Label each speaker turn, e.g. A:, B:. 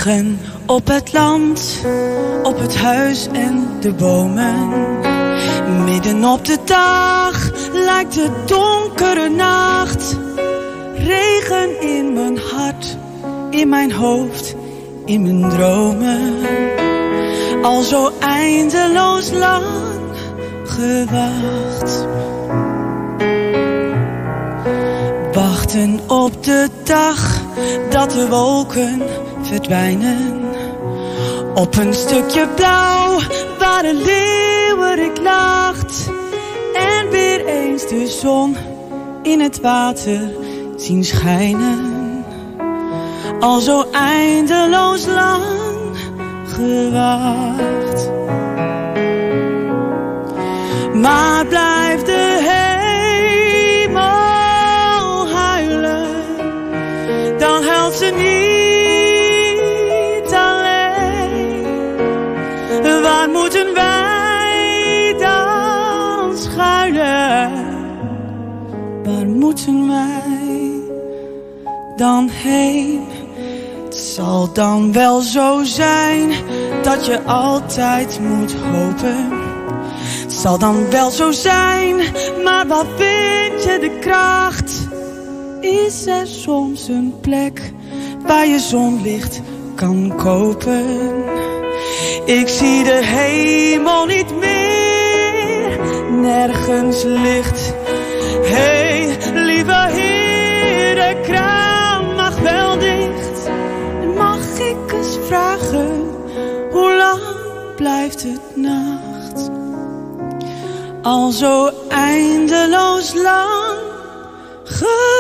A: Regen op het land, op het huis en de bomen. Midden op de dag lijkt de donkere nacht. Regen in mijn hart, in mijn hoofd, in mijn dromen. Al zo eindeloos lang gewacht. Wachten op de dag dat de wolken verdwijnen. Op een stukje blauw waar de leeuwerik lacht. En weer eens de zon in het water zien schijnen. Al zo eindeloos lang gewacht. Maar blijft de hemel huilen, dan huilt ze niet alleen. Waar moeten wij dan schuilen? Waar moeten wij dan heen? Het zal dan wel zo zijn dat je altijd moet hopen. Het zal dan wel zo zijn, maar wat vind je de kracht? Is er soms een plek waar je zonlicht kan kopen? Ik zie de hemel niet meer, nergens licht. Hey, lieve Heer, de kraan mag wel dicht. Mag ik eens vragen, hoe lang blijft het nacht? Al zo eindeloos lang